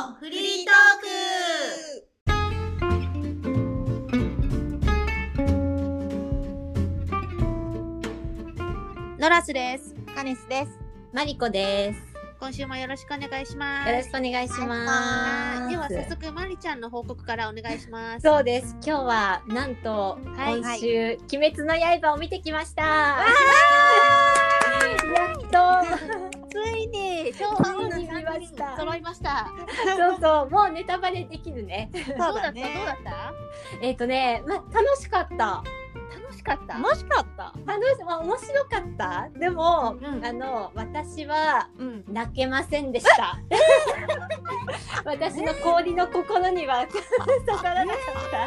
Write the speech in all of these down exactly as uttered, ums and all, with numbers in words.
のフリートーク。ノラスです。 カネスです。 マリコです。 今週もよろしくお願いします。 よろしくお願いします。 では早速マリちゃんの報告からお願いします。 そうです。今日はなんと今週、はい、鬼滅の刃を見てきました。やっとついについに見ました。 揃いました。 そうそう、もうネタバレできるね。 そうだね。どうだった？ えっとね、ま楽しかった。 楽しかった。 楽しかった。 楽し、まあ、面白かった。でも、うん、あの私は泣けませんでした。うん、私の氷の心には刺さらなかった。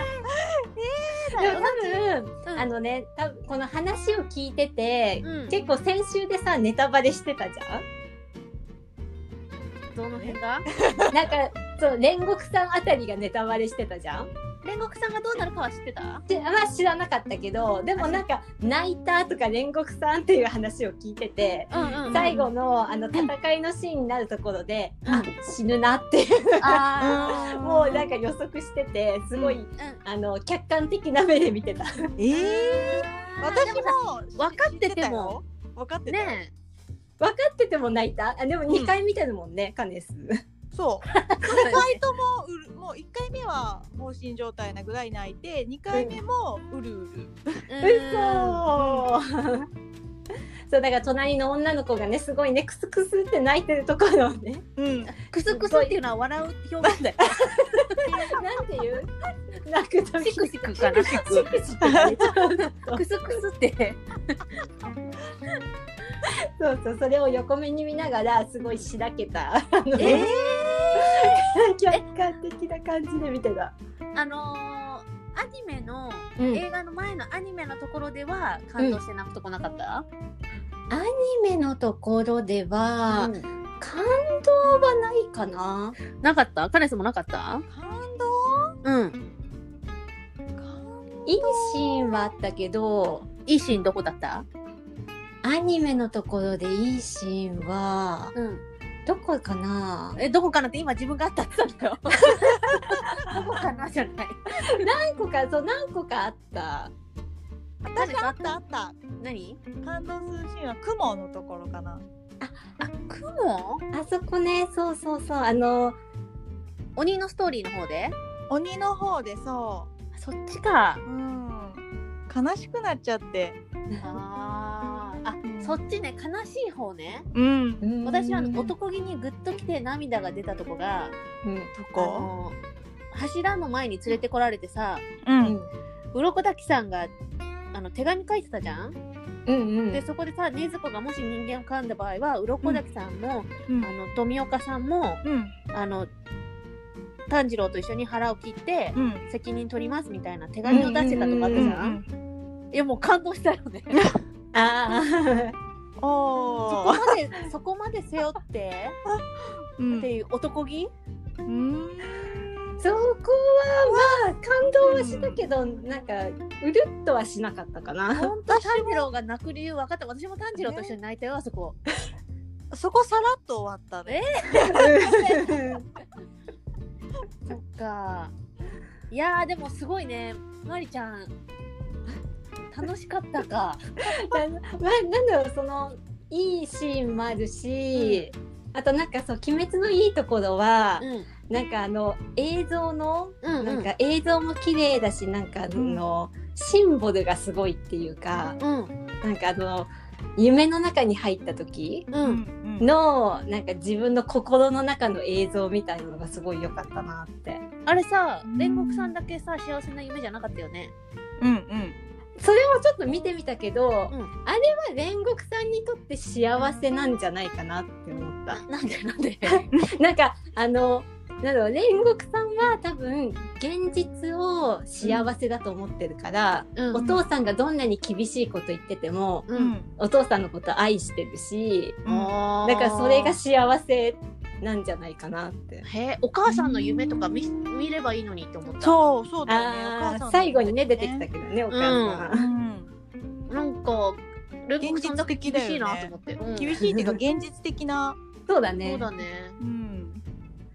えー、えー、でも多分、うん、あのね、多分この話を聞いてて、うん、結構先週でさネタバレしてたじゃん。 どの辺が？ なんかそう煉獄さんあたりがネタバレしてたじゃん。 煉獄さんがどうなるかは知ってた？まあ知らなかったけど、でもなんか泣いたとか煉獄さんっていう話を聞いてて、うんうんうん、最後のあの戦いのシーンになるところで、うん、あ死ぬなっていうあもうなんか予測しててすごい、うんうん、あの客観的な目で見てた。 えー、私も分かってても分かってたね。 分かってても泣いた。あでもにかい見てるもんね、うん、カネス。 そうにかいともうるもういっかいめは放心状態なぐらい泣いてにかいめもうるうる。 うそそうだから隣の女の子がねすごいねクスクスって泣いてるところをね、 うん、クスクスっていうのは笑う表現だよ。 なんていう泣くとシクシクかな。シクシククスクスってそうそう、それを横目に見ながらすごいしらけた、あの、 えー、 客観的な感じで見てた。 あのー、アニメの、うん、映画の前のアニメのところでは感動して泣くとこなかった？ うん、アニメのところでは、うん、感動はないかな。 なかった？カネスもなかった？ 感動？うん。 いいシーンはあったけど、 いいシーンどこだった？ アニメのところでいいシーンは、うん、どこかな。 え、どこかなって今自分があったって言ったんだよ。どこかなじゃない。 何個か、そう何個かあった。 私あったあった。 何？ 感動するシーンは雲のところかな。 あ、あ、雲？ あそこね、そうそうそう、あの鬼のストーリーの方で？ 鬼の方でそう。 そっちか。 うん。悲しくなっちゃって。 ああ、うん、そっちね、悲しい方ね。 うん。 私は男気にグッときて涙が出たとこが、 うん、どこ？ 柱の前に連れてこられてさ、 うん。 鱗滝さんがあの手紙書いてたじゃん。 うんうん。 でそこでさ、禰豆子がもし人間を噛んだ場合は、鱗滝さんも、うん、あの富岡さんも、うん、あの炭治郎と一緒に腹を切って、うん、責任取りますみたいな手紙を出してたとかあったじゃん。いやもう感動したよね。 ああ、そこまでそこまで背負って、うん、っていう男気？ うん、そこはまあ感動はしたけど、うん、なんかうるっとはしなかったかな。 本当炭治郎が泣く理由分かった。私も炭治郎と一緒に泣いたよ、あそこ。 そこさらっと終わったね。 えー、そっか。いやーでもすごいね、まりちゃん。楽しかったか。 まあ、なんだろう、そのいいシーンもあるし、うん、あとなんかそう鬼滅のいいところは、うん、なんかあの映像の、うんうん、なんか映像も綺麗だし、なんかあの、うん、シンボルがすごいっていうか、うん、なんかあの夢の中に入った時の、うん、なんか自分の心の中の映像みたいなのがすごい良かったなって。 あれさ、煉獄さんだけさ幸せな夢じゃなかったよね。 うんうん。 それもちょっと見てみたけど、うん、あれは煉獄さんにとって幸せなんじゃないかなって思った。 なんでなんでなんかあのなんだろう、煉獄さんは多分現実を幸せだと思ってるから、うん、お父さんがどんなに厳しいこと言ってても、うん、お父さんのこと愛してるし、うん、だからそれが幸せなんじゃないかなって。 へ、お母さんの夢とか 見, 見ればいいのにって思った。 そうそうだよね。お母さん、ね、最後にね出てきたけどね、お母さん、 うん、なんか煉獄さんだけ厳しいなと思って、 ね、うん、厳しいっていうか現実的なそうだね。 そうだね。 うん。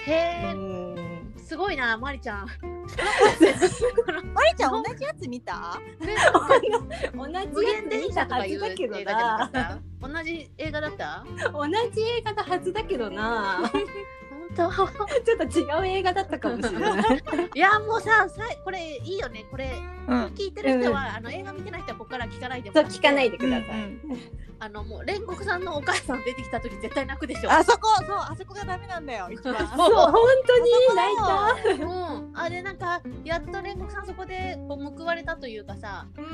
へー、すごいな、まりちゃん。 まりちゃん同じやつ見た？ 同じやつ見たはずだけどな。 同じ映画だった？ 同じ映画のはずだけどな。 本当？ちょっと違う映画だったかもしれない。 いやもうさ、さこれいいよね。これ、うん、聞いてる人は、うん、あの映画見てない人はここから聞かないでもらって。 そう、聞かないでください。うん、 あのもう煉獄さんのお母さん出てきた時絶対泣くでしょ。 あそこ、そう、あそこがダメなんだよ。一番。そう、 本当に泣いた。 うん。あれなんかやっと煉獄さんそこでこう報われたというかさ、うんうん、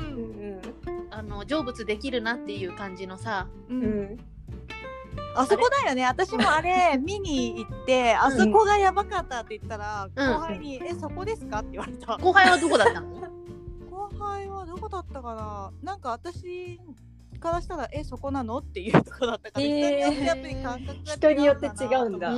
あの成仏できるなっていう感じのさ。うん。 あそこだよね。私もあれ見に行ってあそこがやばかったって言ったら、うん、後輩に、うん、えそこですかって言われた。 後輩はどこだったの？ 後輩はどこだったかな。なんか私からしたらえそこなのっていうとこだったから、えー、人によってやっぱり感覚が違う人によって違うんだ。うん。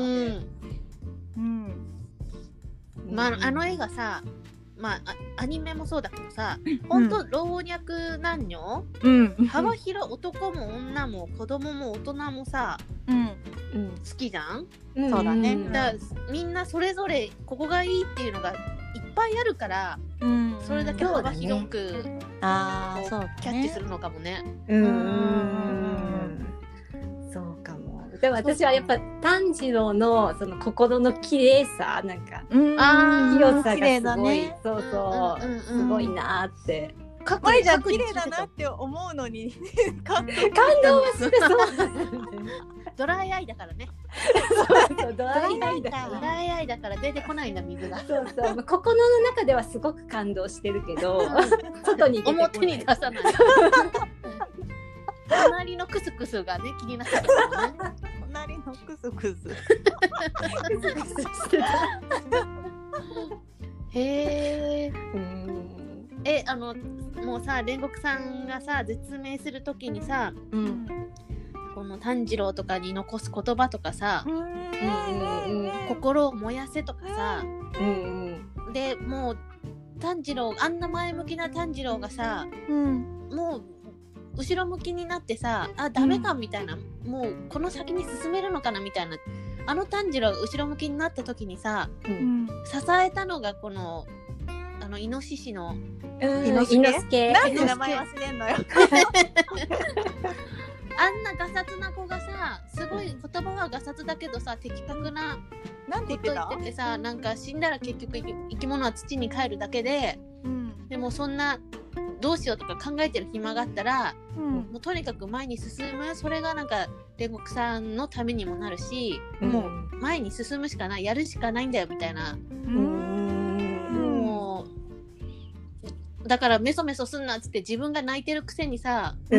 うん、まああの映画さ。まあ、アニメもそうだけどさ、本当、うん、老若男女、うん、幅広男も女も子供も大人もさ、うん、好きじゃん、 うん、そうだね。 だみんなそれぞれここがいいっていうのがいっぱいあるから、うん、それだけ幅広く、ね、あそうね、キャッチするのかもね。うん、うんそうかも。でも私はやっぱ炭治郎のその心の綺麗さ、なんか、うん、あ清さがすごい、ね、そうそう、うんうんうん、すごいなって。 かっこいいじゃん、綺麗だなって思うのに感動はしてそうドライアイだからね。 そうそうドライアイだからドライアイだから出てこないんだ水が。 そうそう、心の中ではすごく感動してるけど外に出てこない、 表に出さない。隣のクスクスがね気になってたからね。 隣のクスクス。クスクスしてた。へえ。え、あのもうさ煉獄さんがさ絶命するときにさ、うん、この炭治郎とかに残す言葉とかさ、うんうん、心を燃やせとかさ、うんうん、でもう炭治郎あんな前向きな炭治郎がさ、うん、もう後ろ向きになってさあダメかみたいな、うん、もうこの先に進めるのかなみたいな、あの炭治郎が後ろ向きになった時にさ、うん、支えたのがこのあのイノシシのイノスケ、 なんで名前忘れんのよ。 あんなガサツな子がさすごい言葉はガサツだけどさ的確ななんて言ってた？ 言っててさ、なんか死んだら結局生き物は土に帰るだけで、うん、でもそんなどうしようとか考えてる暇があったら、うん、もうとにかく前に進む、それがなんか煉獄さんのためにもなるし、うん、もう前に進むしかない、やるしかないんだよみたいな、うん、もうだからメソメソすんなっつって自分が泣いてるくせにさ、うん、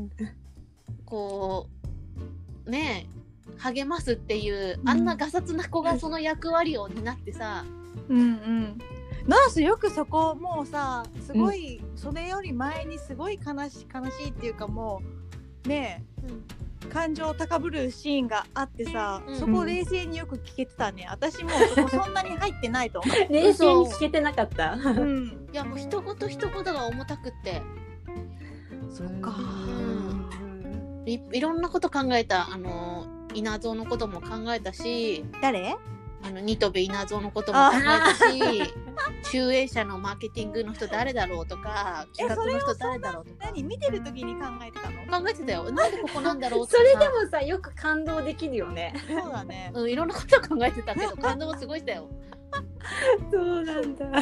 こうねえ励ますっていう、あんなガサツな子がその役割を担ってさ、 うんうんナースよくそこもうさすごい、うん、それより前にすごい悲し悲しいっていうかもうねえ、うん、感情高ぶるシーンがあってさ、うん、そこ冷静によく聞けてたね。私もそこそんなに入ってないと思う。 冷静に聞けてなかった、うん、 いやもう一言一言が重たくってそっか、 うん、い, いろんなこと考えた。あの稲造のことも考えたし、 誰あの新渡戸稲造のことも考えたし集英社のマーケティングの人誰だろうとか企画の人誰だろうとか。 何見てる時に考えてたの？ 考えてたよ。なんでここなんだろうとか。 それでもさよく感動できるよね。 そうだね、 うん、いろんなこと考えてたけど感動もすごいしたよ。 そうなんだ、うん、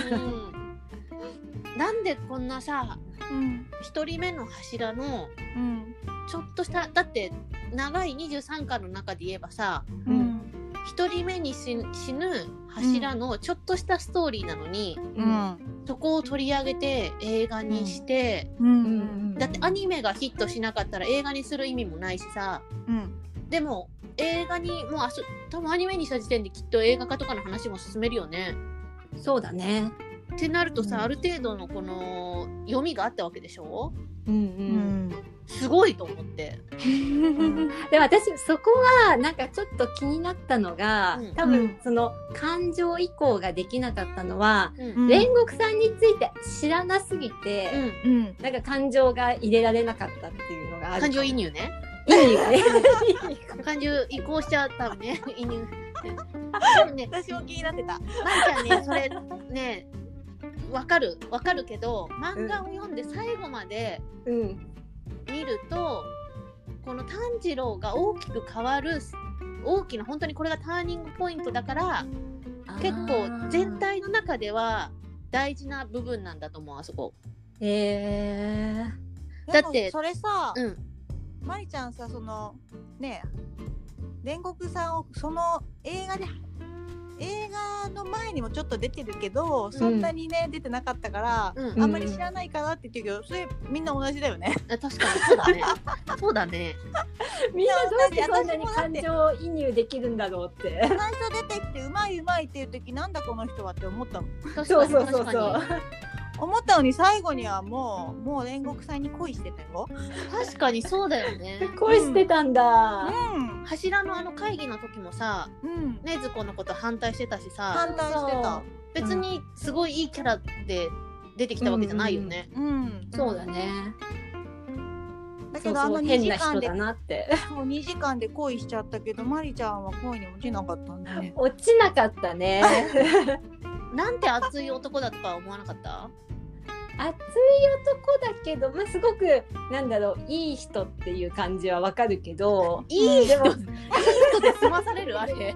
なんでこんなさ、うん、ひとりめの柱の、うん、ちょっとしただって長いにじゅうさんかんの中で言えばさ、うんひとりめに死ぬ柱のちょっとしたストーリーなのに、うん、そこを取り上げて映画にして、うんうん、だってアニメがヒットしなかったら映画にする意味もないしさ、うん、でも映画にもうあそ多分アニメにした時点できっと映画化とかの話も進めるよね。 そうだねってなるとさ、うん、ある程度のこの読みがあったわけでしょ、うんうん、すごいと思って、うん、 で私そこはなんかちょっと気になったのが、うん、多分その感情移行ができなかったのは、うん、煉獄さんについて知らなすぎて、うん、なんか感情が入れられなかったっていうのがある。 感情移入ね移入ね感情移行しちゃったね移入でもね、 私も気になってた。 まりちゃんね、それね、わかるわかるけど、漫画を読んで最後まで見ると、うん、この炭治郎が大きく変わる大きな、本当にこれがターニングポイントだから、結構全体の中では大事な部分なんだと思う、あそこ。 へえー、だってそれさ、 うん、 まりちゃんさ、そのね煉獄さんをその映画で映画の前にもちょっと出てるけど、そんなにね、うん、出てなかったから、うん、あんまり知らないかなって言ってるけど、それみんな同じだよね。 確かにそうだね。そうだね。 みんなどうしてそんなに感情移入できるんだろうって。 最初出てきてうまいうまいっていう時、なんだこの人はって思ったの。 そうそうそうそう思ったのに、最後にはもうもう煉獄さんに恋してたよ。 確かにそうだよね。 恋してたんだ、 うん、 柱のあの会議の時もさ、うん、禰豆子のこと反対してたしさ。 反対してた。 別にすごいいいキャラで出てきたわけじゃないよね。 うん、うんうん、そうだね。 だけどあのにじかんで変な人だなってもうにじかんで恋しちゃったけど、まりちゃんは恋に落ちなかったんだね。 落ちなかったね。 なんて熱い男だとか思わなかった？ 熱い男だけど、まあ、すごくなんだろう、いい人っていう感じはわかるけど、 いい人、うん、いい人で済まされるあれ。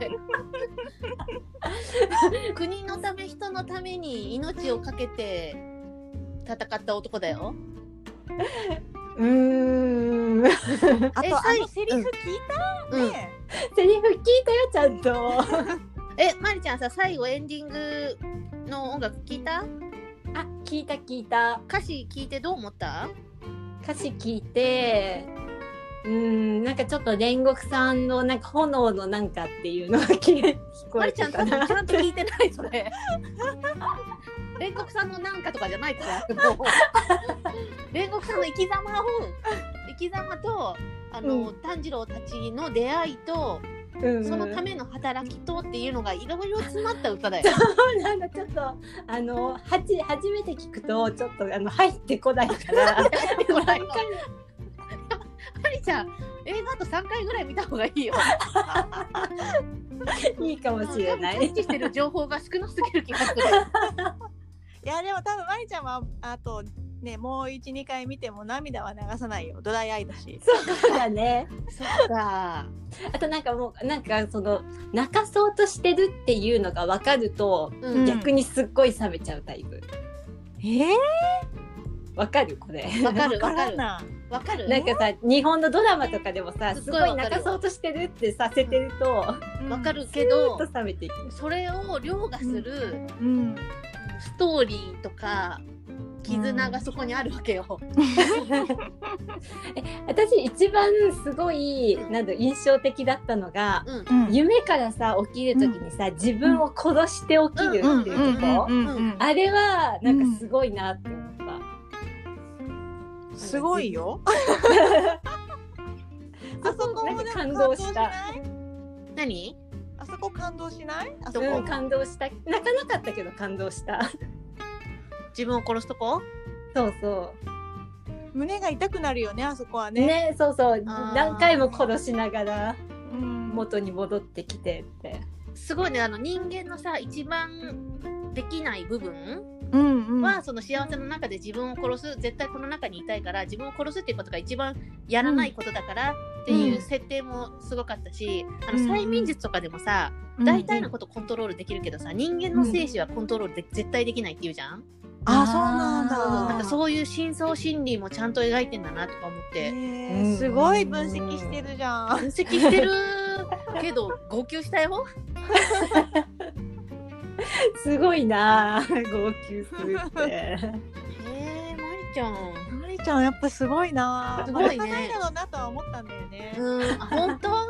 国のため人のために命をかけて戦った男だよ。 うーん。あとあのセリフ聞いた？うん、ねえ、セリフ聞いたよちゃんと。 え、まりちゃんさ、最後エンディングの音楽聞いた？ あ、聞いた聞いた。 歌詞聞いてどう思った？ 歌詞聞いて、うーん、なんかちょっと煉獄さんのなんか炎のなんかっていうのが聞こえてたな。 まりちゃんちゃんと聞いてないそれ。煉獄さんのなんかとかじゃないですよ。煉獄さんの生き様を生き様とあの、うん、炭治郎たちの出会いと、うんうん、そのための働きとっていうのがいろいろ詰まった歌だよ。 そうなんだ。ちょっとあのはち初めて聞くとちょっとあの入ってこないから。まりちゃん映画あとさんかいぐらい見た方がいいよ。 いいかもしれない。 キャッチしてる情報が少なすぎる気がする。 いやでも多分まりちゃんはあとね、もういち、にかい見ても涙は流さないよ。ドライアイだし。 そうだね。 そうか。 あとなんかもうなんかその泣かそうとしてるっていうのが分かると、うん、逆にすっごい冷めちゃうタイプ。 えー、 分かるこれ。 分かる分かる。 わかる。 なんかさ、日本のドラマとかでもさ、すごい泣かそうとしてるってさせてるとわ、 うん、かるけど、 スーッと冷めていく。 それを凌駕する、 うん、 ストーリーとか絆がそこにあるわけよ。 え、私一番すごいなんだ印象的だったのが、うん、夢からさ起きるときにさ、うん、自分を殺して起きるっていうこと、あれはなんかすごいなって思った。 すごいよ。あそこも感動した。 何？ あそこ感動しない？ あそこ、うん、感動した。泣かなかったけど感動した。 自分を殺すとこ？ そうそう。 胸が痛くなるよね、あそこはね。 ね、そうそう。何回も殺しながら元に戻ってきてって。 すごいね、あの人間のさ一番できない部分。 うんうん、 はその幸せの中で自分を殺す、絶対この中にいたいから自分を殺すっていうことが一番やらないことだからっていう設定もすごかったし、うん、あの催眠術とかでもさ、うん、大体のことコントロールできるけどさ、人間の生死はコントロールで絶対できないって言うじゃん、うん、 ああそうなんだ。 なんかそういう深層心理もちゃんと描いてんだなとか思って、 えー、すごい分析してるじゃん。 分析してるけど号泣したよ。 すごいな号泣するって。 えー、まりちゃんまりちゃんやっぱすごいな。 すごいね。 ないだろうなとは思ったんだよね。 うん、あ、本当？ うん。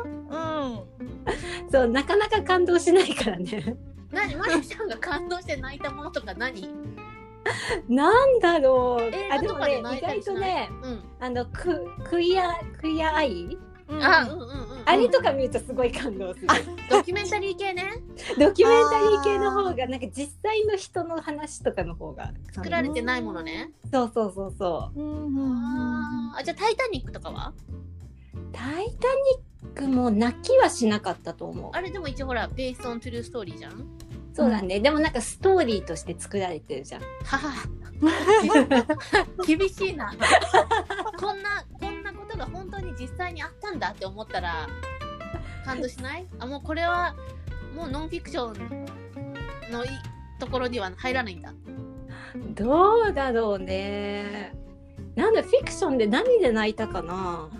そう、なかなか感動しないからね。 何？まりちゃんが感動して泣いたものとか何？ なんだろう。 映画とかで泣いたりしない？ あ、でもね、意外とね、うん、あのくクイアクイアアイ。 うん、あ、うんうんうん、 あれとか見るとすごい感動する。 ドキュメンタリー系ね。 ドキュメンタリー系の方がなんか実際の人の話とかの方が作られてないものね。 そうそうそうそう。 うんうんうん、あ、じゃあタイタニックとかは？ タイタニックも泣きはしなかったと思う。 あれでも一応ほらベースオントゥルーストーリーじゃん。 そうだね、うん、でもなんかストーリーとして作られてるじゃん。 はは厳しいなこんなこんなことが本当に実際にあったんだって思ったら感動しない？あ、もうこれはもうノンフィクションのいところには入らないんだ。 どうだろうね。なんだフィクションで何で泣いたかな。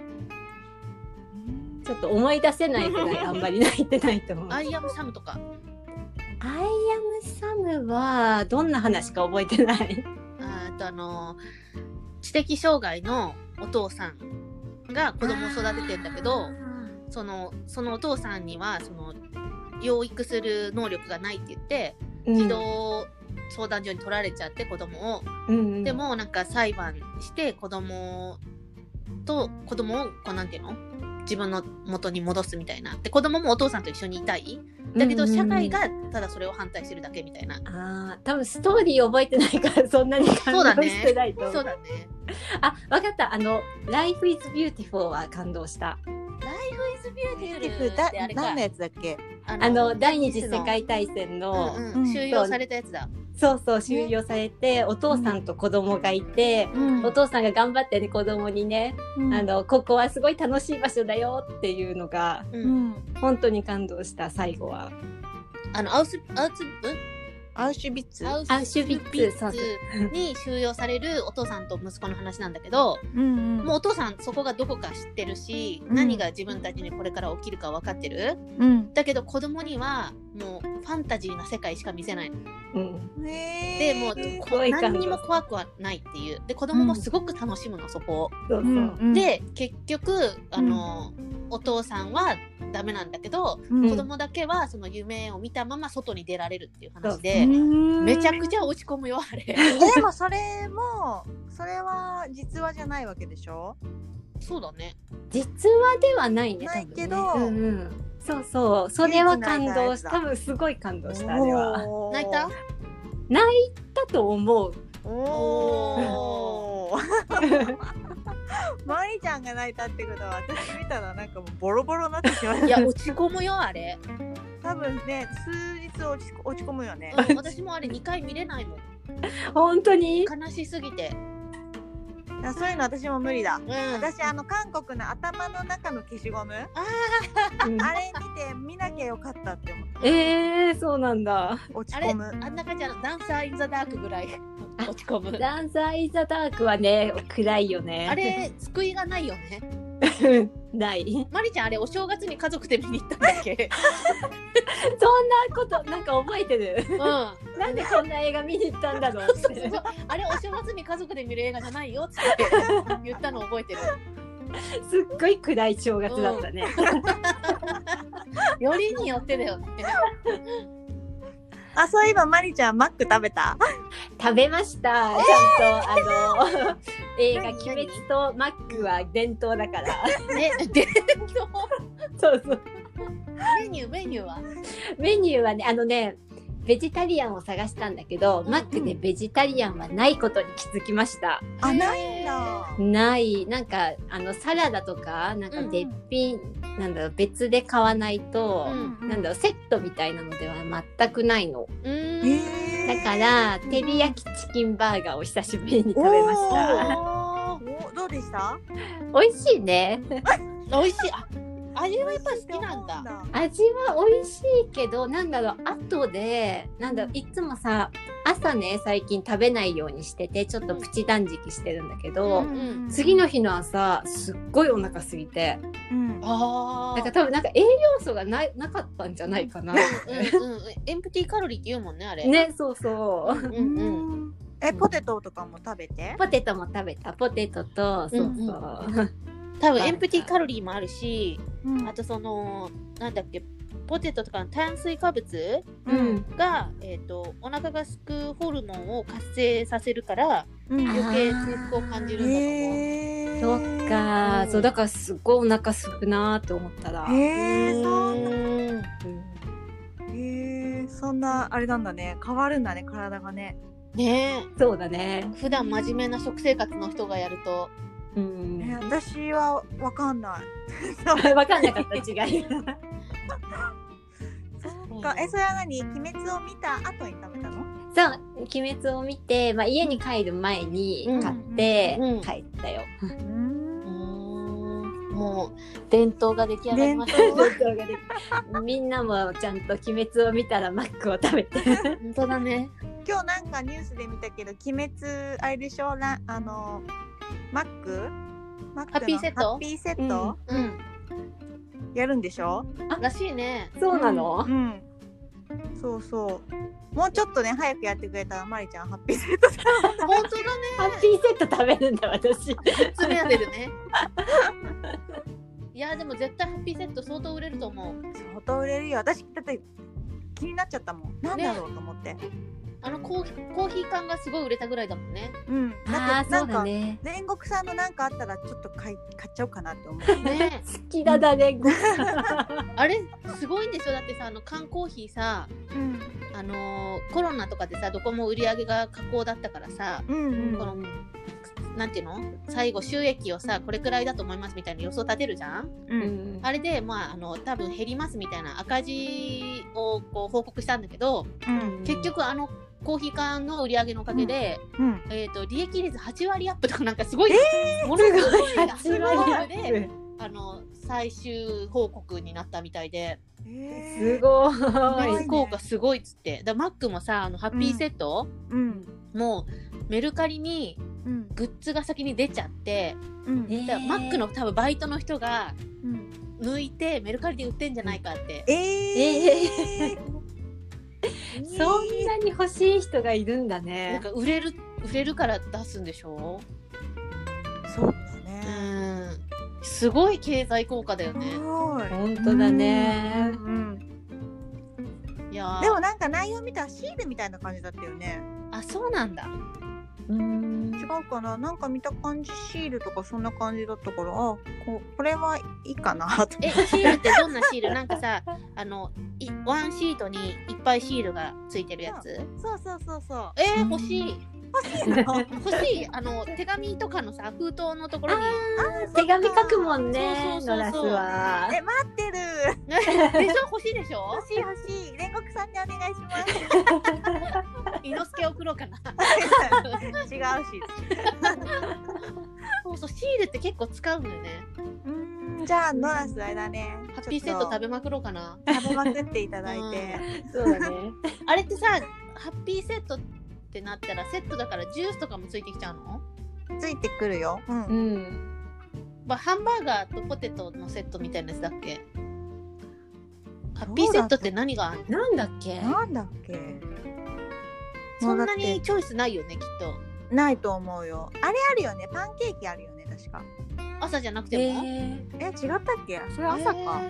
ちょっと思い出せないくらいあんまり泣いてないと思う。 アイアムサムとか。 アイアムサムはどんな話か覚えてない。 あとあの知的障害のお父さんが子供を育ててんだけど、そのそのお父さんにはその養育する能力がないって言って児童相談所に取られちゃって子供を、うんうん、でもなんか裁判して子供と子供をこうなんていうの自分の元に戻すみたいな。で子供もお父さんと一緒にいたいだけど社会がただそれを反対してるだけみたいな。 ああ、多分ストーリー覚えてないからそんなに感動してないと思う。 そうだね。そうだね。 あ、わかった。あの Life is Beautiful は感動した。 Life is Beautiful だ何のやつだっけ？ あの、あの第二次世界大戦の、 うんうん、収容されたやつだ。 そうそう、収容されて、ね、お父さんと子供がいて、うん、お父さんが頑張ってね子供にね、うん、あのここはすごい楽しい場所だよっていうのが、うん、本当に感動した最後は。 あのアウスアウスアウシュビッツアウシュビッツに収容されるお父さんと息子の話なんだけど、うんうん、もうお父さんそこがどこか知ってるし、うん、何が自分たちにこれから起きるか分かってる、うん、だけど子供にはもうファンタジーな世界しか見せないの、うん、でもう何にも怖くはないっていうで子供もすごく楽しむの、そこを、うん、で結局あの、うん、お父さんはダメなんだけど、うん、子供だけはその夢を見たまま外に出られるっていう話でめちゃくちゃ落ち込むよあれ。 でもそれもそれは実話じゃないわけでしょ？ そうだね。 実話ではないね。 ないけど、 ねうんうん、そうそうそれは感動した。多分すごい感動したあれは。 泣いた？ 泣いたと思う。 おマリちゃんが泣いたってことは私見たらなんかもうボロボロになってしまう。 いや落ち込むよあれ。 多分ね数日落ち、落ち込むよね、 うん、私もあれにかい見れないもん。 本当に悲しすぎて。 いやそういうの私も無理だ、うん、私あの韓国の頭の中の消しゴム あ, あれ見て見なきゃよかったって思った。 えー、そうなんだ。 落ち込む。 あれあんな感じのダンサーインザダークぐらい落ち込む。 ダンサーインザダークはね暗いよね。 あれ救いがないよね。 ないマリちゃんあれお正月に家族で見に行ったんだっけ？ そんなことなんか覚えてる、うん、なんでこんな映画見に行ったんだろうって。そうそうそうあれお正月に家族で見る映画じゃないよって言ったの覚えてる。 すっごい暗い正月だったね、 うん、よりによってだよね。 あ、そういえばマリちゃんマック食べた？ 食べました、えー、ちゃんとあの映画鬼滅とマックは伝統だからね、伝統そうそう。 メニューメニューはメニューはねあのねベジタリアンを探したんだけど、うんうん、マックでベジタリアンはないことに気づきました。 あ、ないんだ。 ないなんかあのサラダとかなんか別品、うん、なんだろう別で買わないと、うんうん、なんだろうセットみたいなのでは全くないの。うーんだから照り焼きチキンバーガーを久しぶりに食べました。 おーどうでした？ 美味しいね。 美味しい。あ味はやっぱ好きなんだ。 味は美味しいけどなんだろう後でなんだろういつもさ朝ね最近食べないようにしててちょっとプチ断食してるんだけど、うんうん、次の日の朝すっごいお腹空いて、うん、あだから多分なんか栄養素が な, なかったんじゃないかな。うんうん、 エンプティーカロリーって言うもんねあれね。そうそう、うんうんうん、えポテトとかも食べて？ ポテトも食べた。ポテトとそうそう、うんうん多分エンプティカロリーもあるし、うん、あとそのなんだっけポテトとかの炭水化物、うん、が、えーと、お腹がすくホルモンを活性させるから、うん、余計空腹を感じるんだと思う。 そっか、うん、そうだからすごいお腹すくなーって思ったらへーそうなん、うん、へーそんなあれなんだね。変わるんだね体がね。 ねえそうだね。 普段真面目な食生活の人がやるとうんえ私はわかんない分かんなかった違い。 そうか。え、それは何？鬼滅を見た後に食べたの？ そう、鬼滅を見て、まあ、家に帰る前に買って帰ったよ。 うんうんもう伝統が出来上がりました。伝統ができみんなもちゃんと鬼滅を見たらマックを食べて。 本当だね。 今日なんかニュースで見たけど、鬼滅あれでしょ、なあのマックマックのハッピーセットハッピーセット、うんうん、やるんでしょ？ あ、らしいね。 そうなの？ うん、うん、そうそう。もうちょっとね早くやってくれたらマリちゃんハッピーセット食べる。 本当だね。 ハッピーセット食べるんだ私。 爪当てるね。いやでも絶対ハッピーセット相当売れると思う。 相当売れるよ。私だって気になっちゃったもん。なんだろうと思って。ね、 あのコーヒー、コーヒー缶がすごい売れたぐらいだもんね。 うん。 ああそうだね。 煉獄さんのなんかあったらちょっと買い買っちゃおうかなって思う。 ね。好きだだね。 あれすごいんでしょ。だってさあの缶コーヒーさ、うん、あのー、コロナとかでさどこも売り上げが下降だったからさ、うんうん、このなんていうの最後収益をさこれくらいだと思いますみたいな予想立てるじゃん、うん、あれでまああの多分減りますみたいな赤字をこう報告したんだけど、うん、結局あのコーヒー缶の売り上げのおかげで、うんうん、えーと利益率はちわりアップとかなんかすごい、えー、ものすごいはちわりアップであの最終報告になったみたいで、 えー、すごい効果すごいっつって。だマックもさあのハッピーセット、うんうん、もうメルカリにグッズが先に出ちゃって、うん、だマックの多分バイトの人が抜いてメルカリで売ってんじゃないかって。えー、 えー、そんなに欲しい人がいるんだね。 なんか売れる売れるから出すんでしょ。 そうだね。 うん、すごい経済効果だよね。 本当だね。うん、 いやでもなんか内容見たらシールみたいな感じだったよね。 あ、そうなんだ。 うーん違うかな。なんか見た感じシールとかそんな感じだったから、あここれはいいかなと。 えシールってどんなシール？なんかさあのいワンシートにいっぱいシールがついてるやつ？ そうそうそうそう。 えー、欲しい。 欲しいの？ 欲しい。あの手紙とかのさ封筒のところに手紙書くもんね。ノラスは。 え待ってる。 でしょ欲しいでしょ？ 欲しい欲しい。煉獄さんにお願いします。 伊之助送ろうかな。 違うし。 そうそうシールって結構使うんだよね。 うんじゃあノラスあれだね。 ハッピーセット食べまくろうかな。 食べまくっていただいて。 うん、そうだね。 あれってさハッピーセットってなったらセットだからジュースとかもついてきちゃうの？ ついてくるよ。うん。うん、 まあハンバーガーとポテトのセットみたいなやつだっけ？ハッピーセットって何があるの？ なんだっけ？ なんだっけ？ そんなにチョイスないよねきっと。ないと思うよ。あれあるよね。パンケーキあるよね確か。 朝じゃなくても？ えー、え違ったっけ？それ朝か。えー、わ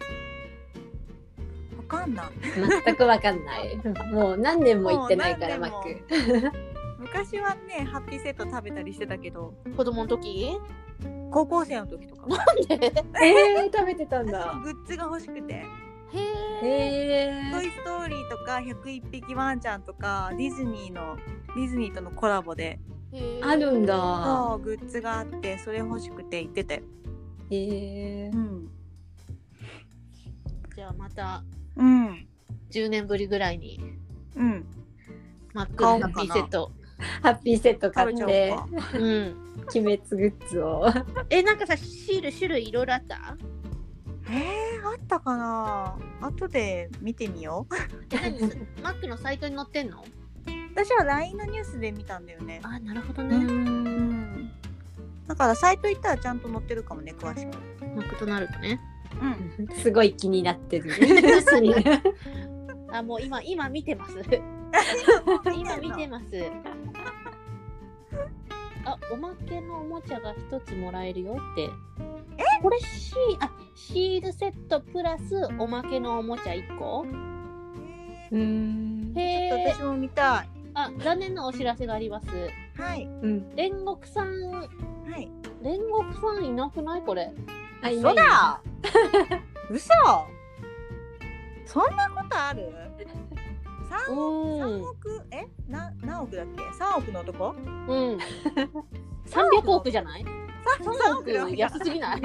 かんない。 全くわかんない。もう何年も行ってないからマック。 昔はねハッピーセット食べたりしてたけど。 子供の時？ 高校生の時とか。 なんで？ えー、食べてたんだ。 グッズが欲しくて。 へー。トイストーリーとかひゃくいっぴきワンちゃんとかディズニーのディズニーとのコラボであるんだ。 そうグッズがあってそれ欲しくて行ってて。 へー。うん。 じゃあまたうんじゅうねんぶりぐらいにうんマックのハッピーセットハッピーセット買ってうん鬼滅グッズをえなんかさシール種類いろいろあった？ えー、あったかな。後で見てみよう。 マックのサイトに載ってんの？ 私は ライン のニュースで見たんだよね。 あ、なるほどね。うん。 だからサイト行ったらちゃんと載ってるかもね、詳しく。 マクドナルドね。 うん。すごい気になってる。 あ、もう今今見てます。今見てます。あ、おまけのおもちゃが一つもらえるよって。 えこれシーあシールセットプラスおまけのおもちゃいっこ。 うーんへーちょっと私も見たい。 あ残念なお知らせがあります。 はい。 うん。煉獄さんはい煉獄さんいなくないこれ？ あ嘘だ。嘘。そんなことある？さんおくえな何億だっけ？さんおくの男？ うん。さんびゃくおくじゃない？ さんおく安すぎない？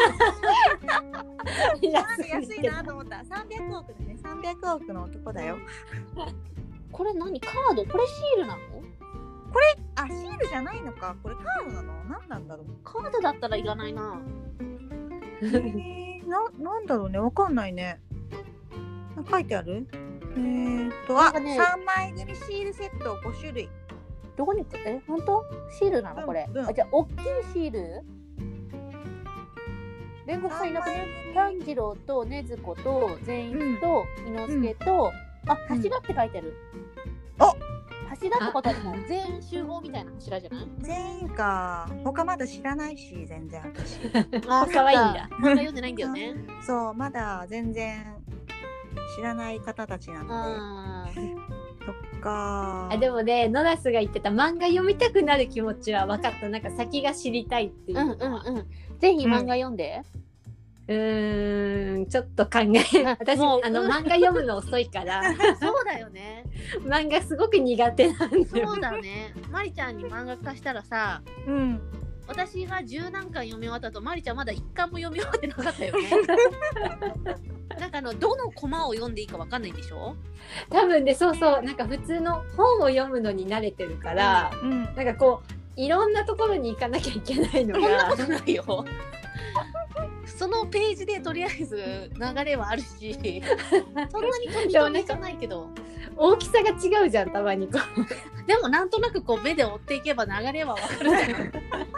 安いなと思った。さんびゃくおくだね。さんびゃくおくの男だよ。 これ何？カード？これシールなの？ これあシールじゃないのか。これカードなの？何なんだろう。 カードだったらいらないな。 えー、ななんだろうね。わかんないね。書いてある？えーっとあ、ね、さんまい組シールセットごしゅるい。 どこにえ本当？シールなのこれ？うんうん、あじゃあ大きいシール？煉獄さんいなくね？炭治郎と禰豆子と善逸と伊之助と、うん、あ柱って書いてある。 うん、あ柱ってことはもう全員集合みたいな柱じゃない？ 全員か。他まだ知らないし全然私。 あ可愛いんだ。まだ読んでないんだよね。 そうまだ全然知らない方たちなので。そっかあでもねノラスが言ってた漫画読みたくなる気持ちは分かった。なんか先が知りたいっていうのは、 うんうんうん、ぜひ漫画読んで。 うーんちょっと考え私あの、うん、漫画読むの遅いからそうだよね漫画すごく苦手なんで。 そうだねマリちゃんに漫画化したらさ、うん、私が十何巻読み終わったとマリちゃんまだ一巻も読み終わってなかったよねなんかあのどのコマを読んでいいかわかんないんでしょ？ 多分でそうそうなんか普通の本を読むのに慣れてるから、うん、なんかこういろんなところに行かなきゃいけないのがそんなことないよそのページでとりあえず流れはあるしそんなに飛び飛びじゃないけど大きさが違うじゃんたまにこうでもなんとなくこう目で追っていけば流れはわかるじゃん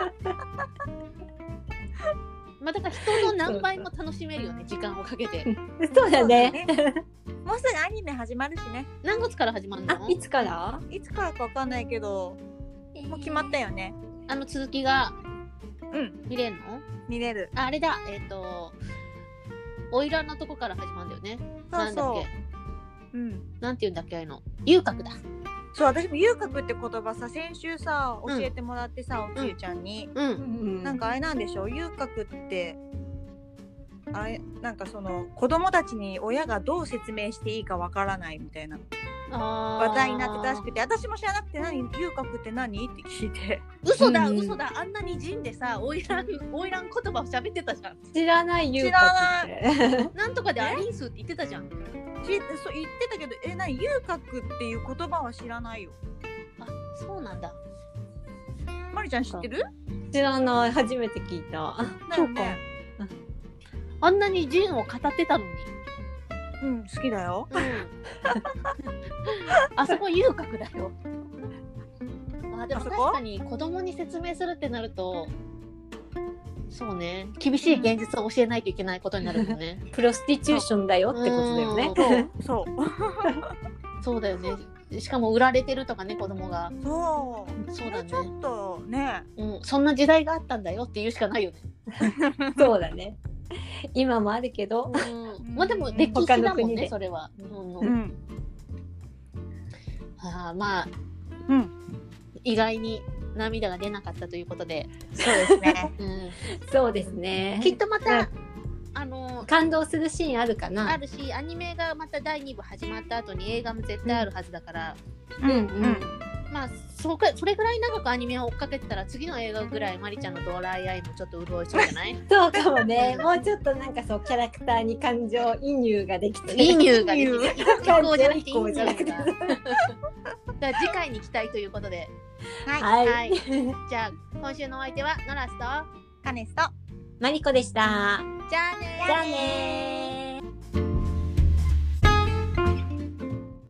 まあだから人の何倍も楽しめるよね時間をかけてそうだねもうすぐアニメ始まるしね。 何月から始まるの？ あいつからいつからかわかんないけど、えー、もう決まったよね。 あの続きがうん見れるの？ 見れる。 あ、あれだえっ、ー、と花魁のとこから始まるんだよね。 そうそうなんだっけうんなんて言うんだっけあれの遊郭だ。 そう私も遊郭って言葉さ先週さ教えてもらってさ、うん、おつゆちゃんに、 うんうん、 なんかあれなんでしょう遊郭ってあれなんかその子供たちに親がどう説明していいかわからないみたいな話題になってたらしくて私も知らなくて何遊郭って何って聞いて嘘だ、うん、嘘だあんなに陣でさ花魁花魁言葉を喋ってたじゃん。 知らない遊郭ってなんとかでアリンスって言ってたじゃん。 そう言ってたけどえ何遊郭っていう言葉は知らないよ。 あそうなんだ。 まりちゃん知ってる？ 知らない初めて聞いた。 そうかあんなにジンを語ってたのに。 うん好きだよ、うん、 あそこ遊郭だよ。あでも確かに子供に説明するってなるとそうね厳しい現実を教えないといけないことになるもんねプロスティチューションだよってことだよね。 そうそうだよね。しかも売られてるとかね子供が。 そうそうだね。 ちょっとね、 うん、そんな時代があったんだよって言うしかないよねそうだね今もあるけど、 うん、まあでも歴史だもんねそれは日本の、うん、あまあ、うん、意外に涙が出なかったということでそうですね、 うん、そうですねきっとまた、うんあの感動するシーンあるかな。 あるしアニメがまただいにぶ始まった後に映画も絶対あるはずだから、 うんうん、うん、 まあそかそれぐらい長くアニメを追っかけてたら次の映画ぐらいマリちゃんのドライアイもちょっと潤いそうじゃないそうかもねもうちょっとなんかそうキャラクターに感情移入ができて移入ができて移行じゃなくて移入が次回に期待ということではい、はい、 じゃあ今週のお相手はノラスとカネスとマリコでした。 じゃあねー。 じゃあねー。